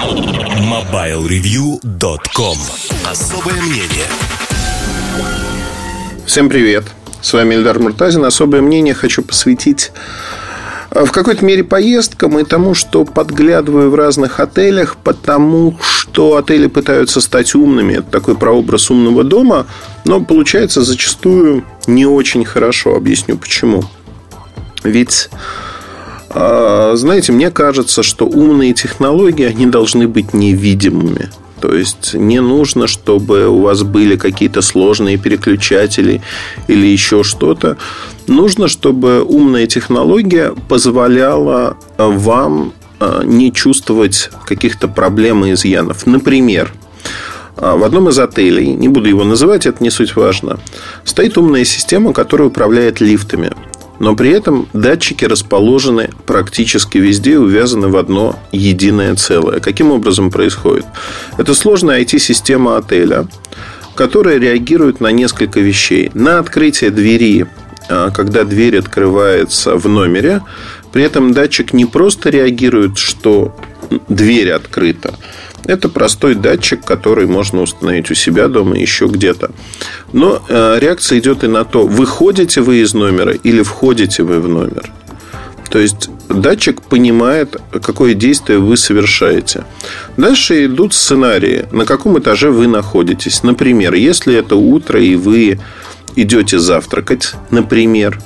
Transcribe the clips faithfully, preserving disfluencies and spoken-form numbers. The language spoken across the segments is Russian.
мобайл ревью точка ком. Особое мнение. Всем привет. С вами Эльдар Муртазин. Особое мнение хочу посвятить в какой-то мере поездкам и тому, что подглядываю в разных отелях, потому что отели пытаются стать умными. Это такой прообраз умного дома, но получается зачастую не очень хорошо. Объясню почему. Ведь, знаете, мне кажется, что умные технологии, они должны быть невидимыми. То есть не нужно, чтобы у вас были какие-то сложные переключатели или еще что-то. Нужно, чтобы умная технология позволяла вам не чувствовать каких-то проблем и изъянов. Например, в одном из отелей, не буду его называть, это не суть важно, стоит умная система, которая управляет лифтами. Но при этом датчики расположены практически везде и увязаны в одно единое целое. Каким образом происходит? Это сложная ай ти-система отеля, которая реагирует на несколько вещей. На открытие двери, когда дверь открывается в номере, при этом датчик не просто реагирует, что дверь открыта. Это простой датчик, который можно установить у себя дома, еще где-то. Но э, реакция идет и на то, выходите вы из номера или входите вы в номер. То есть датчик понимает, какое действие вы совершаете. Дальше идут сценарии, на каком этаже вы находитесь. Например, если это утро и вы идете завтракать, например,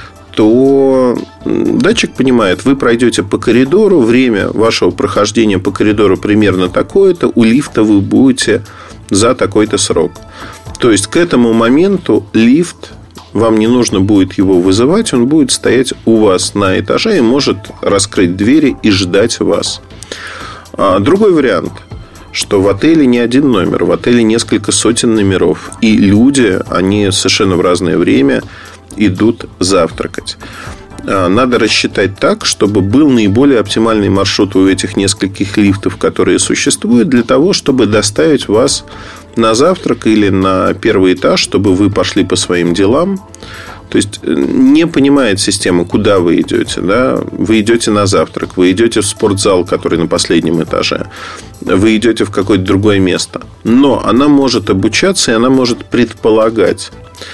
то датчик понимает, вы пройдете по коридору, время вашего прохождения по коридору примерно такое-то, у лифта вы будете за такой-то срок. То есть к этому моменту лифт, вам не нужно будет его вызывать, он будет стоять у вас на этаже и может раскрыть двери и ждать вас. Другой вариант, что в отеле не один номер, в отеле несколько сотен номеров, и люди, они совершенно в разное время идут завтракать. Надо рассчитать так, чтобы был наиболее оптимальный маршрут у этих нескольких лифтов, которые существуют, для того, чтобы доставить вас на завтрак или на первый этаж, чтобы вы пошли по своим делам. То есть не понимает система, куда вы идете, да? Вы идете на завтрак, вы идете в спортзал, который на последнем этаже, вы идете в какое-то другое место. Но она может обучаться, и она может предполагать.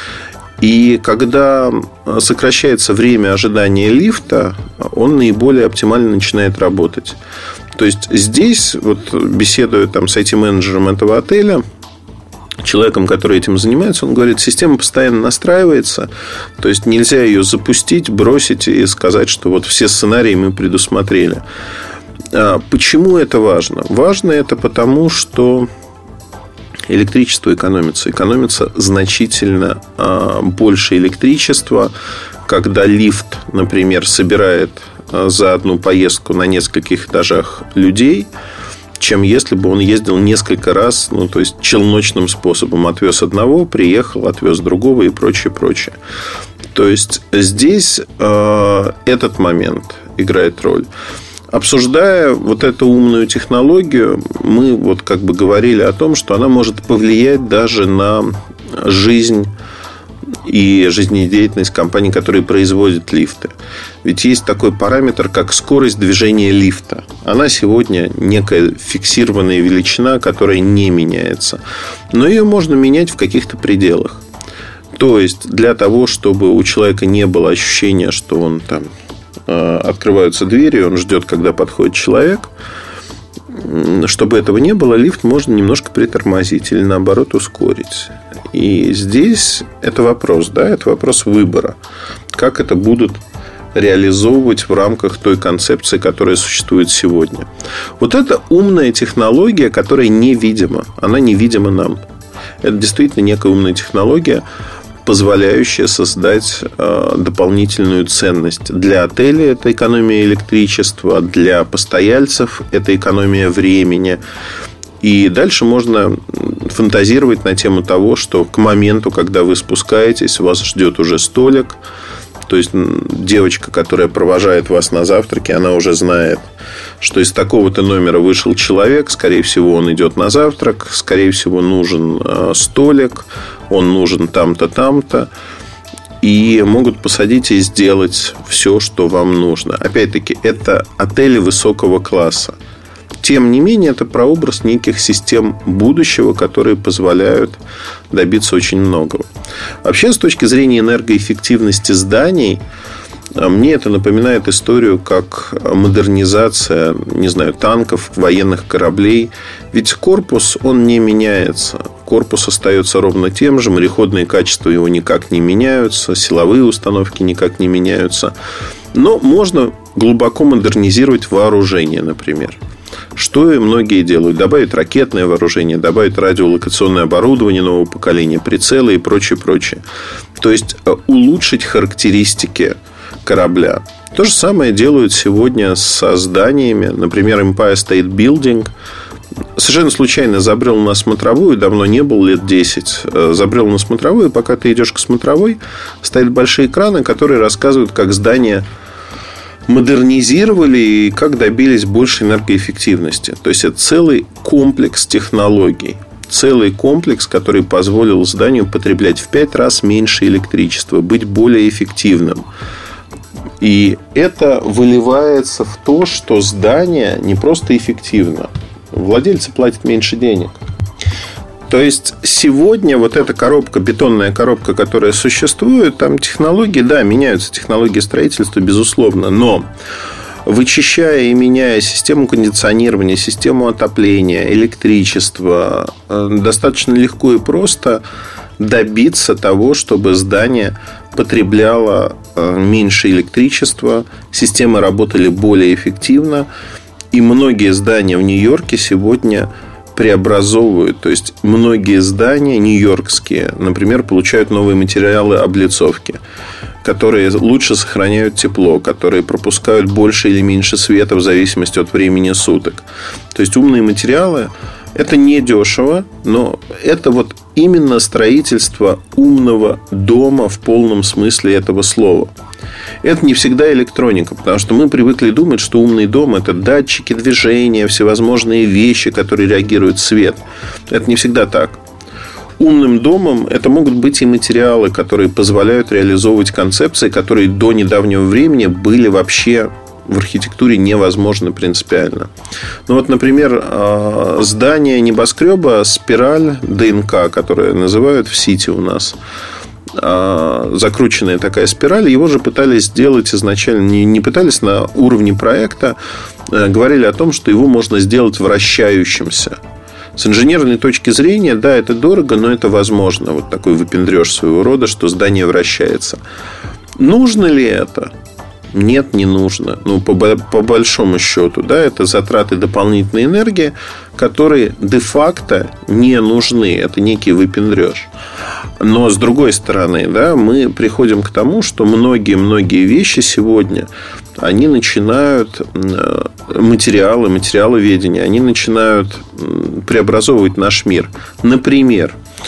И когда сокращается время ожидания лифта, он наиболее оптимально начинает работать. То есть здесь, вот, беседуя там с ай ти-менеджером этого отеля, человеком, который этим занимается, он говорит, система постоянно настраивается. То есть нельзя ее запустить, бросить и сказать, что вот все сценарии мы предусмотрели. Почему это важно? Важно это потому, что электричество экономится. Экономится значительно а, больше электричества, когда лифт, например, собирает а, за одну поездку на нескольких этажах людей, чем если бы он ездил несколько раз, ну, то есть челночным способом. Отвез одного, приехал, отвез другого и прочее, прочее. То есть здесь а, этот момент играет роль. Обсуждая вот эту умную технологию, мы вот как бы говорили о том, что она может повлиять даже на жизнь и жизнедеятельность компаний, которые производят лифты. Ведь есть такой параметр, как скорость движения лифта. Она сегодня некая фиксированная величина, которая не меняется. Но ее можно менять в каких-то пределах. То есть для того, чтобы у человека не было ощущения, что он там... открываются двери, он ждет, когда подходит человек. Чтобы этого не было, лифт можно немножко притормозить или наоборот ускорить. И здесь это вопрос, да, это вопрос выбора. Как это будут реализовывать в рамках той концепции, которая существует сегодня. Вот это умная технология, которая невидима. Она невидима нам. Это действительно некая умная технология, позволяющая создать э, дополнительную ценность. Для отеля это экономия электричества, для постояльцев это экономия времени. И дальше можно фантазировать на тему того, что к моменту, когда вы спускаетесь, вас ждет уже столик. То есть девочка, которая провожает вас на завтраке, она уже знает, что из такого-то номера вышел человек. Скорее всего, он идет на завтрак. Скорее всего, нужен столик. Он нужен там-то, там-то. И могут посадить и сделать все, что вам нужно. Опять-таки, это отели высокого класса. тем не менее, это прообраз неких систем будущего, которые позволяют добиться очень многого. Вообще, с точки зрения энергоэффективности зданий, мне это напоминает историю, как модернизация, не знаю, танков, военных кораблей. Ведь корпус, он не меняется. Корпус остается ровно тем же, мореходные качества его никак не меняются, силовые установки никак не меняются. Но можно глубоко модернизировать вооружение, например. Что и многие делают. Добавить ракетное вооружение, добавить радиолокационное оборудование нового поколения, прицелы и прочее, прочее. То есть улучшить характеристики корабля. То же самое делают сегодня со зданиями. Например, Empire State Building. Совершенно случайно забрел на смотровую. Давно не был, лет десять. Забрел на смотровую. Пока ты идешь к смотровой, стоят большие экраны, которые рассказывают, как здание модернизировали и как добились большей энергоэффективности. То есть это целый комплекс технологий. Целый комплекс, который позволил зданию потреблять в пять раз меньше электричества, быть более эффективным. И это выливается в то, что здание не просто эффективно. Владельцы платят меньше денег. То есть сегодня вот эта коробка, бетонная коробка, которая существует, там технологии, да, меняются технологии строительства, безусловно, но вычищая и меняя систему кондиционирования, систему отопления, электричество, достаточно легко и просто добиться того, чтобы здание потребляло меньше электричества, системы работали более эффективно. И многие здания в Нью-Йорке сегодня преобразовывают. То есть многие здания нью-йоркские, например, получают новые материалы облицовки, которые лучше сохраняют тепло, которые пропускают больше или меньше света в зависимости от времени суток. То есть умные материалы. Это не дешево, но это вот именно строительство умного дома в полном смысле этого слова. Это не всегда электроника, потому что мы привыкли думать, что умный дом – это датчики движения, всевозможные вещи, которые реагируют в свет. Это не всегда так. Умным домом это могут быть и материалы, которые позволяют реализовывать концепции, которые до недавнего времени были вообще в архитектуре невозможно принципиально. Ну вот, например, здание небоскреба «Спираль ДНК», которое называют в Сити у нас, закрученная такая спираль. Его же пытались сделать изначально, не, не пытались на уровне проекта, говорили о том, что его можно сделать вращающимся. С инженерной точки зрения, да, это дорого, но это возможно. Вот такой выпендрёж своего рода, что здание вращается. Нужно ли это? Нет, не нужно. Ну, по, по большому счету, да, это затраты дополнительной энергии, которые де-факто не нужны. Это некий выпендрёж. Но с другой стороны, да, мы приходим к тому, что многие-многие вещи сегодня, они начинают, материалы, материаловедение, они начинают преобразовывать наш мир. Например,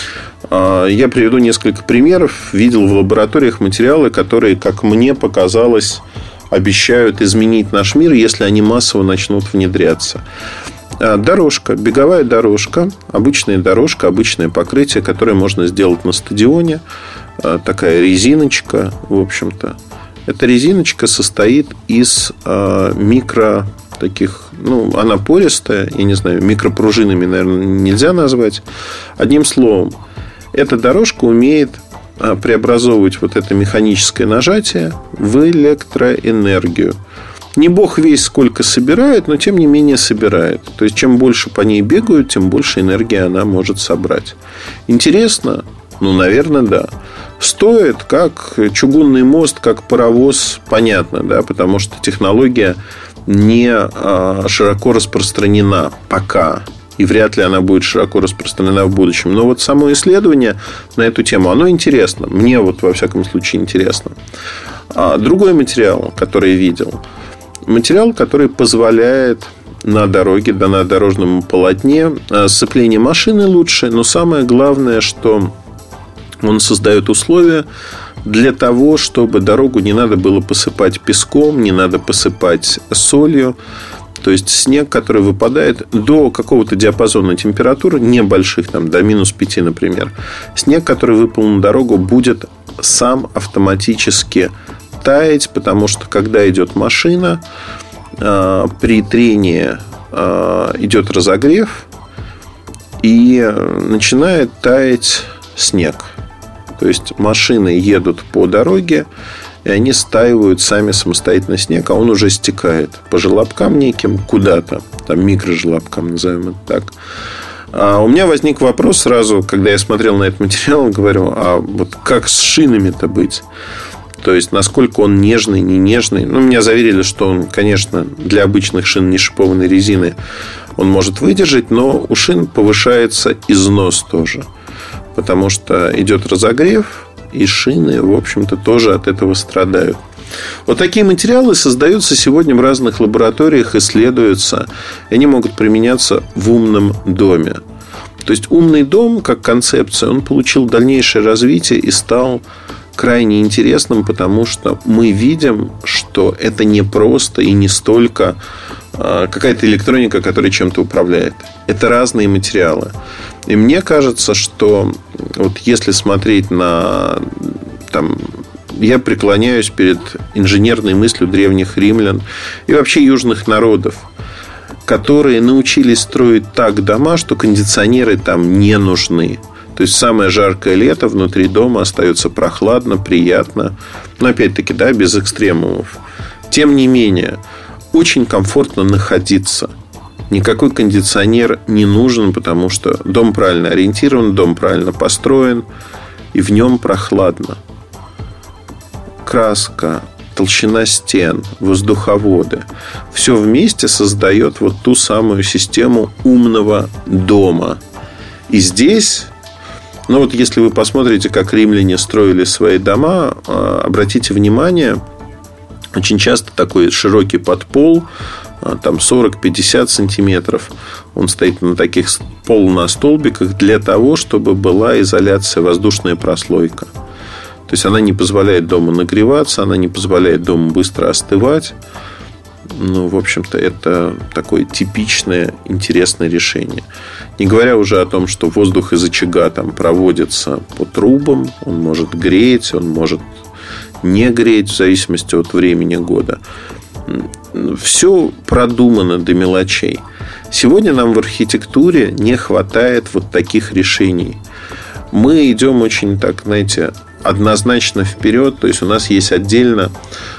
я приведу несколько примеров. Видел в лабораториях материалы, которые, как мне показалось, обещают изменить наш мир, если они массово начнут внедряться. Дорожка, беговая дорожка, обычная дорожка, обычное покрытие, которое можно сделать на стадионе. Такая резиночка, в общем-то. Эта резиночка состоит из микро таких, ну, она пористая, я не знаю, микропружинами, наверное, нельзя назвать. Одним словом, эта дорожка умеет преобразовывать вот это механическое нажатие в электроэнергию. Не бог весть сколько собирает, но тем не менее собирает. То есть чем больше по ней бегают, тем больше энергии она может собрать. Интересно? Ну, наверное, да. Стоит как чугунный мост, как паровоз, понятно, да, потому что технология не широко распространена пока. И вряд ли она будет широко распространена в будущем. Но вот само исследование на эту тему, оно интересно. Мне вот во всяком случае интересно. А другой материал, который я видел, материал, который позволяет на дороге, да, на дорожном полотне сцепление машины лучше. Но самое главное, что он создает условия для того, чтобы дорогу не надо было посыпать песком, не надо посыпать солью. То есть снег, который выпадает до какого-то диапазона температуры, небольших, там, до минус пяти, например. Снег, который выпал на дорогу, будет сам автоматически таять, потому что когда идет машина, при трении идет разогрев и начинает таять снег. То есть машины едут по дороге, и они стаивают сами самостоятельно снег, а он уже стекает по желобкам неким куда-то, там микрожелобкам, назовем это так. А у меня возник вопрос сразу, когда я смотрел на этот материал, говорю, а вот как с шинами-то быть? То есть, насколько он нежный, не нежный. Ну, меня заверили, что он, конечно, для обычных шин не шипованной резины он может выдержать, но у шин повышается износ тоже. Потому что идет разогрев, и шины, в общем-то, тоже от этого страдают. Вот такие материалы создаются сегодня в разных лабораториях, исследуются, и они могут применяться в умном доме. То есть, умный дом, как концепция, он получил дальнейшее развитие и стал крайне интересным, потому что мы видим, что это не просто и не столько какая-то электроника, которая чем-то управляет. Это разные материалы. И мне кажется, что вот если смотреть на там, я преклоняюсь перед инженерной мыслью древних римлян и вообще южных народов, которые научились строить так дома, что кондиционеры там не нужны. То есть, самое жаркое лето внутри дома остается прохладно, приятно. Но, опять-таки, да, без экстремумов. Тем не менее, очень комфортно находиться. Никакой кондиционер не нужен, потому что дом правильно ориентирован, дом правильно построен, и в нем прохладно. Краска, толщина стен, воздуховоды. Все вместе создает вот ту самую систему умного дома. И здесь... Ну, вот если вы посмотрите, как римляне строили свои дома, обратите внимание, очень часто такой широкий подпол, там сорок-пятьдесят сантиметров, он стоит на таких пол на столбиках для того, чтобы была изоляция, воздушная прослойка. То есть, она не позволяет дому нагреваться, она не позволяет дому быстро остывать. Ну, в общем-то, это такое типичное, интересное решение. Не говоря уже о том, что воздух из очага там проводится по трубам. Он может греть, он может не греть, в зависимости от времени года. Все продумано до мелочей. Сегодня нам в архитектуре не хватает вот таких решений. Мы идем очень, так, знаете, однозначно вперед. То есть, у нас есть отдельно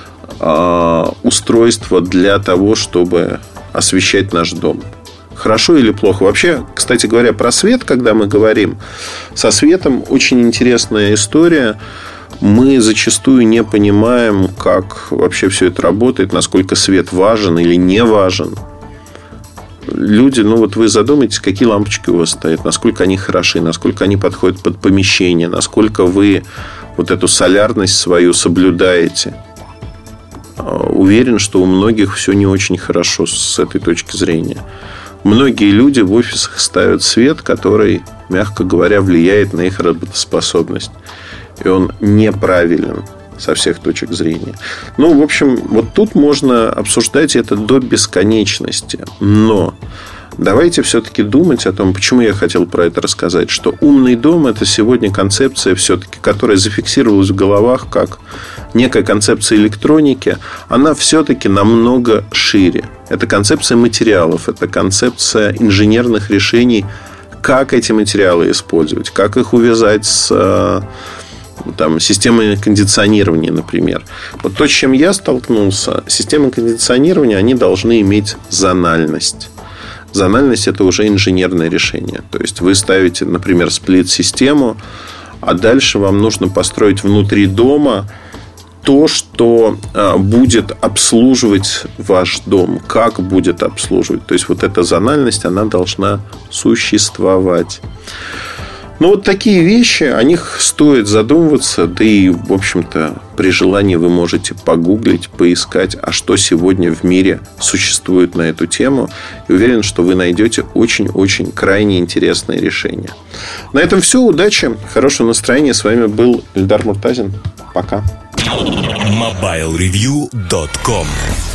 устройство для того, чтобы освещать наш дом. Хорошо или плохо? Вообще, кстати говоря, про свет, когда мы говорим, со светом очень интересная история. Мы зачастую не понимаем, как вообще все это работает, насколько свет важен или не важен. Люди, ну вот вы задумайтесь, какие лампочки у вас стоят, насколько они хороши, насколько они подходят под помещение, насколько вы вот эту солярность свою соблюдаете. Уверен, что у многих все не очень хорошо с этой точки зрения. Многие люди в офисах ставят свет, который, мягко говоря, влияет на их работоспособность. И он неправилен со всех точек зрения. Ну, в общем, вот тут можно обсуждать это до бесконечности. Но давайте все-таки думать о том, почему я хотел про это рассказать. Что умный дом – это сегодня концепция, все-таки, которая зафиксировалась в головах как некая концепция электроники. Она все-таки намного шире. Это концепция материалов, это концепция инженерных решений, как эти материалы использовать, как их увязать с там, системой кондиционирования, например. Вот то, с чем я столкнулся, системы кондиционирования, они должны иметь зональность. Зональность – это уже инженерное решение. То есть, вы ставите, например, сплит-систему, а дальше вам нужно построить внутри дома то, что будет обслуживать ваш дом. Как будет обслуживать. То есть, вот эта зональность, она должна существовать. Ну, вот такие вещи, о них стоит задумываться. Да и, в общем-то, при желании вы можете погуглить, поискать, а что сегодня в мире существует на эту тему. И уверен, что вы найдете очень-очень крайне интересное решение. На этом все. Удачи, хорошего настроения. С вами был Эльдар Муртазин. Пока. мобайл ревью точка ком